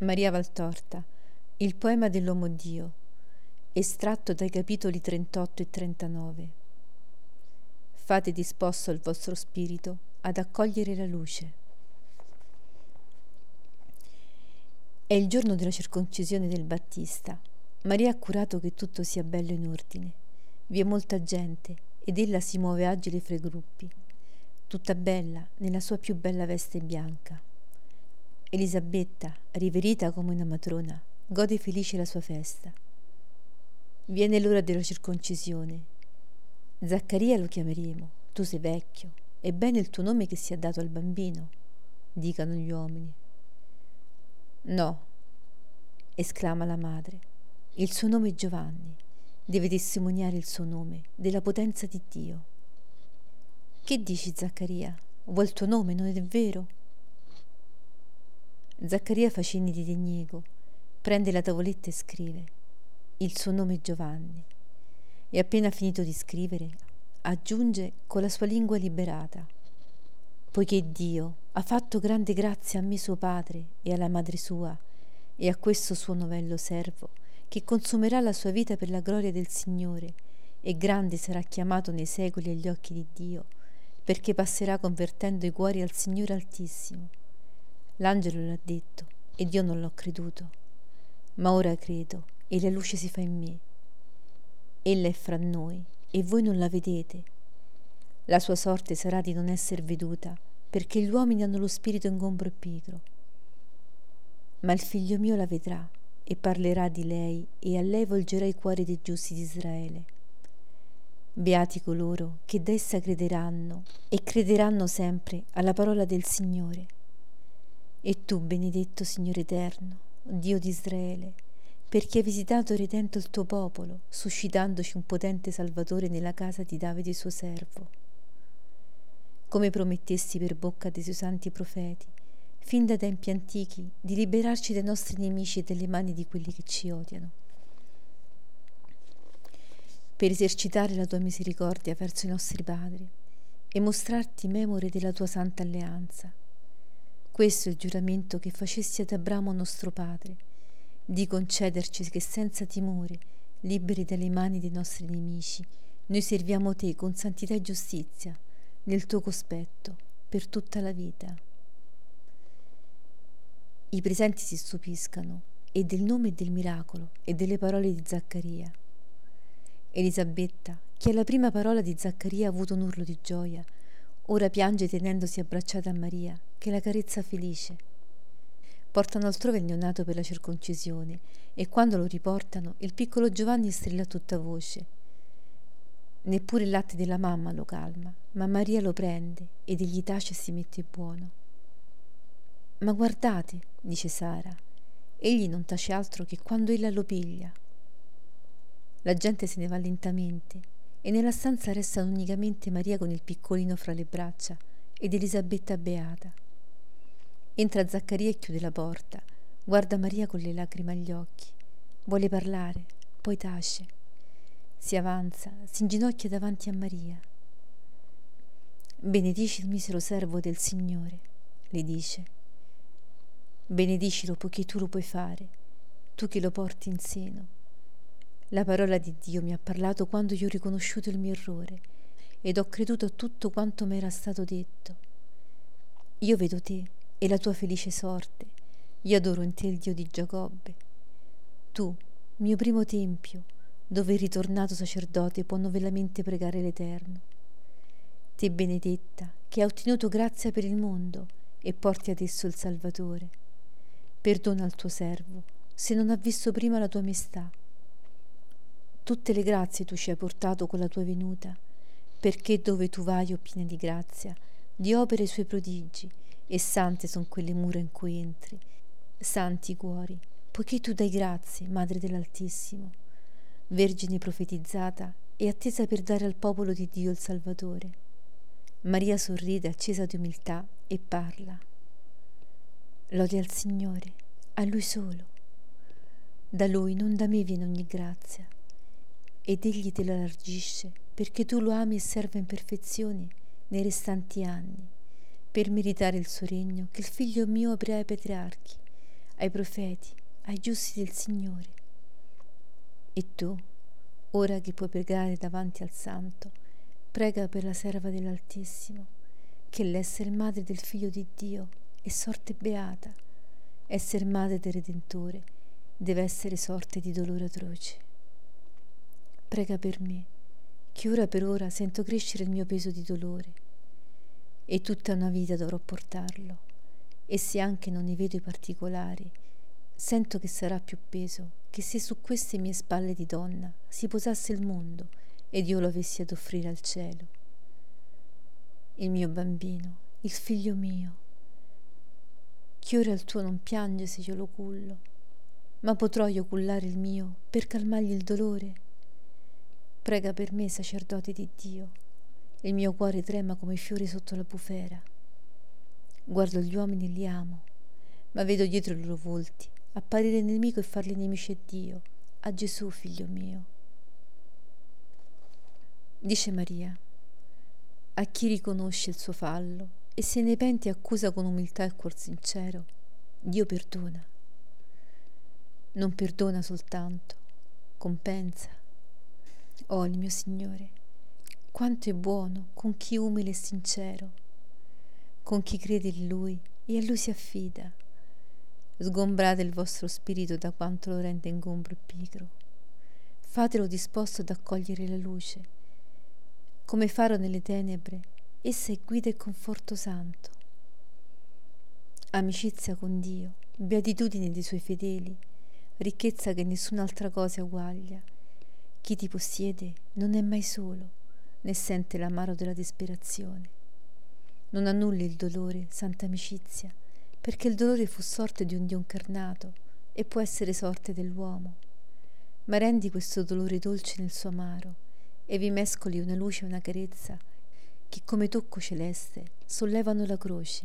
Maria Valtorta, il poema dell'uomo Dio, estratto dai capitoli 38 e 39. Fate disposto il vostro spirito ad accogliere la luce. È il giorno della circoncisione del Battista. Maria ha curato che tutto sia bello in ordine. Vi è molta gente ed ella si muove agile fra i gruppi, tutta bella nella sua più bella veste bianca. Elisabetta, riverita come una matrona, gode felice la sua festa. Viene l'ora della circoncisione. Zaccaria lo chiameremo, tu sei vecchio, è bene il tuo nome che sia dato al bambino, dicano gli uomini. No, esclama la madre, il suo nome è Giovanni, deve testimoniare il suo nome della potenza di Dio. Che dici, Zaccaria? Vuoi il tuo nome, non è vero? Zaccaria fa cenni di diniego, prende la tavoletta e scrive: il suo nome è Giovanni. E appena finito di scrivere, aggiunge con la sua lingua liberata: poiché Dio ha fatto grande grazia a me suo padre e alla madre sua e a questo suo novello servo, che consumerà la sua vita per la gloria del Signore, e grande sarà chiamato nei secoli agli occhi di Dio, perché passerà convertendo i cuori al Signore Altissimo. L'angelo l'ha detto ed io non l'ho creduto, ma ora credo e la luce si fa in me. Ella è fra noi e voi non la vedete. La sua sorte sarà di non essere veduta, perché gli uomini hanno lo spirito ingombro e pigro. Ma il figlio mio la vedrà e parlerà di lei, e a lei volgerà i cuori dei giusti di Israele. Beati coloro che da essa crederanno e crederanno sempre alla parola del Signore. E tu, benedetto Signore eterno, Dio di Israele, perché hai visitato e redento il tuo popolo, suscitandoci un potente Salvatore nella casa di Davide suo servo. Come promettesti per bocca dei suoi santi profeti, fin da tempi antichi, di liberarci dai nostri nemici e dalle mani di quelli che ci odiano, per esercitare la tua misericordia verso i nostri padri e mostrarti memore della tua santa alleanza. Questo è il giuramento che facesti ad Abramo nostro padre, di concederci che senza timore, liberi dalle mani dei nostri nemici, noi serviamo te con santità e giustizia, nel tuo cospetto, per tutta la vita. I presenti si stupiscano, e del nome e del miracolo, e delle parole di Zaccaria. Elisabetta, che alla prima parola di Zaccaria ha avuto un urlo di gioia, ora piange tenendosi abbracciata a Maria, che la carezza felice. Portano altrove il neonato per la circoncisione, e quando lo riportano, il piccolo Giovanni strilla a tutta voce. Neppure il latte della mamma lo calma, ma Maria lo prende ed egli tace e si mette buono. Ma guardate, dice Sara, egli non tace altro che quando ella lo piglia. La gente se ne va lentamente, e nella stanza restano unicamente Maria con il piccolino fra le braccia ed Elisabetta beata. Entra Zaccaria e chiude la porta, guarda Maria con le lacrime agli occhi, vuole parlare, poi tace. Si avanza, si inginocchia davanti a Maria. Benedici il misero servo del Signore, le dice. Benedicilo poiché tu lo puoi fare, tu che lo porti in seno. La parola di Dio mi ha parlato quando io ho riconosciuto il mio errore ed ho creduto a tutto quanto mi era stato detto. Io vedo te e la tua felice sorte, io adoro in te il Dio di Giacobbe. Tu, mio primo tempio, dove il ritornato sacerdote può novelamente pregare l'Eterno. Te benedetta, che ha ottenuto grazia per il mondo e porti ad esso il Salvatore. Perdona al tuo servo, se non ha visto prima la tua maestà. Tutte le grazie tu ci hai portato con la tua venuta, perché dove tu vai, o piena di grazia, di opere i suoi prodigi, e sante son quelle mura in cui entri. Santi cuori, poiché tu dai grazie, Madre dell'Altissimo, Vergine profetizzata e attesa per dare al popolo di Dio il Salvatore. Maria sorride accesa di umiltà e parla. Lode al Signore, a Lui solo. Da Lui, non da me, viene ogni grazia, ed Egli te lo allargisce perché tu lo ami e serva in perfezione nei restanti anni, per meritare il suo regno che il figlio mio aprirà ai patriarchi, ai profeti, ai giusti del Signore. E tu, ora che puoi pregare davanti al Santo, prega per la serva dell'Altissimo, che l'essere madre del Figlio di Dio è sorte beata, essere madre del Redentore deve essere sorte di dolore atroce. Prega per me, che ora per ora sento crescere il mio peso di dolore, e tutta una vita dovrò portarlo, e se anche non ne vedo i particolari, sento che sarà più peso che se su queste mie spalle di donna si posasse il mondo ed io lo avessi ad offrire al cielo. Il mio bambino, il figlio mio, che ora il tuo non piange se io lo cullo, ma potrò io cullare il mio per calmargli il dolore? Prega per me, sacerdote di Dio. Il mio cuore trema come i fiori sotto la bufera. Guardo gli uomini e li amo, ma vedo dietro i loro volti apparire il nemico e farli nemici a Dio, a Gesù, figlio mio. Dice Maria: a chi riconosce il suo fallo e se ne pente e accusa con umiltà e cuor sincero, Dio perdona. Non perdona soltanto, compensa. Oh, il mio Signore, quanto è buono con chi umile e sincero, con chi crede in Lui e a Lui si affida. Sgombrate il vostro spirito da quanto lo rende ingombro e pigro. Fatelo disposto ad accogliere la luce. Come faro nelle tenebre, essa è guida e conforto santo. Amicizia con Dio, beatitudine dei Suoi fedeli, ricchezza che nessun'altra cosa eguaglia. Chi ti possiede non è mai solo, né sente l'amaro della disperazione. Non annulli il dolore, santa amicizia, perché il dolore fu sorte di un Dio incarnato e può essere sorte dell'uomo. Ma rendi questo dolore dolce nel suo amaro e vi mescoli una luce e una carezza che come tocco celeste sollevano la croce.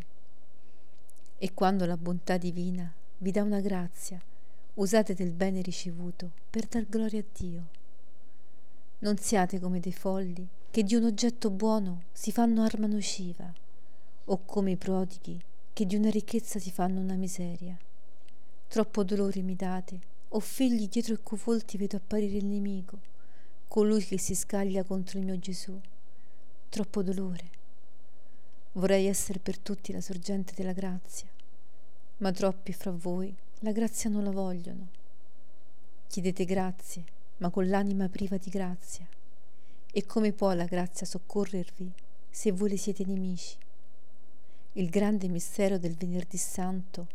E quando la bontà divina vi dà una grazia, usate del bene ricevuto per dar gloria a Dio. Non siate come dei folli che di un oggetto buono si fanno arma nociva, o come i prodighi che di una ricchezza si fanno una miseria. Troppo dolore mi date, o figli dietro i cui volti vedo apparire il nemico, colui che si scaglia contro il mio Gesù. Troppo dolore. Vorrei essere per tutti la sorgente della grazia, ma troppi fra voi la grazia non la vogliono. Chiedete grazie, ma con l'anima priva di grazia. E come può la grazia soccorrervi se voi le siete nemici? Il grande mistero del Venerdì Santo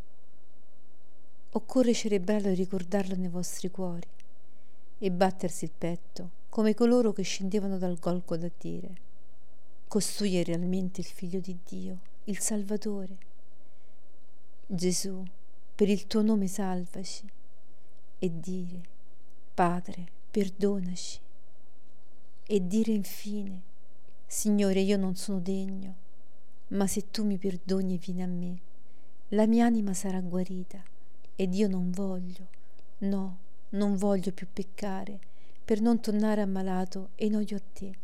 occorre celebrarlo e ricordarlo nei vostri cuori e battersi il petto come coloro che scendevano dal Golgota a dire: costui è realmente il Figlio di Dio, il Salvatore. Gesù, per il tuo nome salvaci, e dire: Padre, perdonaci, e dire infine: Signore, io non sono degno, ma se tu mi perdoni e vieni a me, la mia anima sarà guarita, ed io non voglio, no, non voglio più peccare, per non tornare ammalato e in odio a te.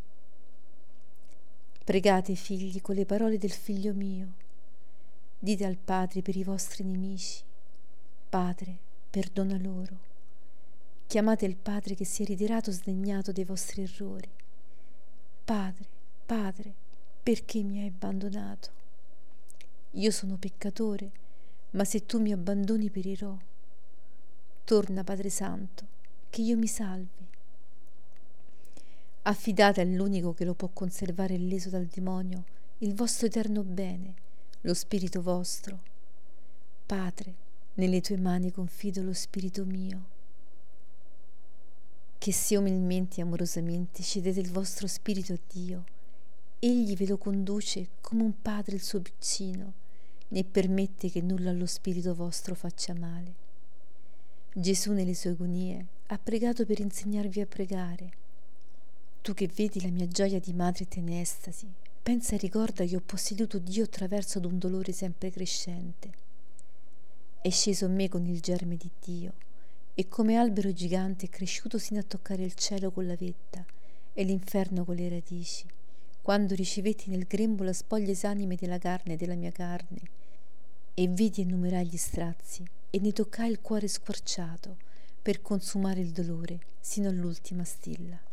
Pregate, figli, con le parole del Figlio mio. Dite al Padre per i vostri nemici: Padre, perdona loro. Chiamate il Padre che si è ritirato sdegnato dei vostri errori. Padre, Padre, perché mi hai abbandonato? Io sono peccatore, ma se tu mi abbandoni perirò. Torna, Padre Santo, che io mi salvi. Affidate all'unico che lo può conservare illeso dal demonio il vostro eterno bene, lo spirito vostro. Padre, nelle tue mani confido lo spirito mio. Che se umilmente e amorosamente cedete il vostro spirito a Dio, Egli ve lo conduce come un padre il suo piccino, né permette che nulla allo spirito vostro faccia male. Gesù nelle sue agonie ha pregato per insegnarvi a pregare. Tu che vedi la mia gioia di madre e te ne estasi, pensa e ricorda che ho posseduto Dio attraverso ad un dolore sempre crescente. È sceso a me con il germe di Dio, e come albero gigante è cresciuto sino a toccare il cielo con la vetta e l'inferno con le radici, quando ricevetti nel grembo la spoglia esanime della carne e della mia carne, e vidi enumerare gli strazi e ne toccai il cuore squarciato per consumare il dolore sino all'ultima stilla.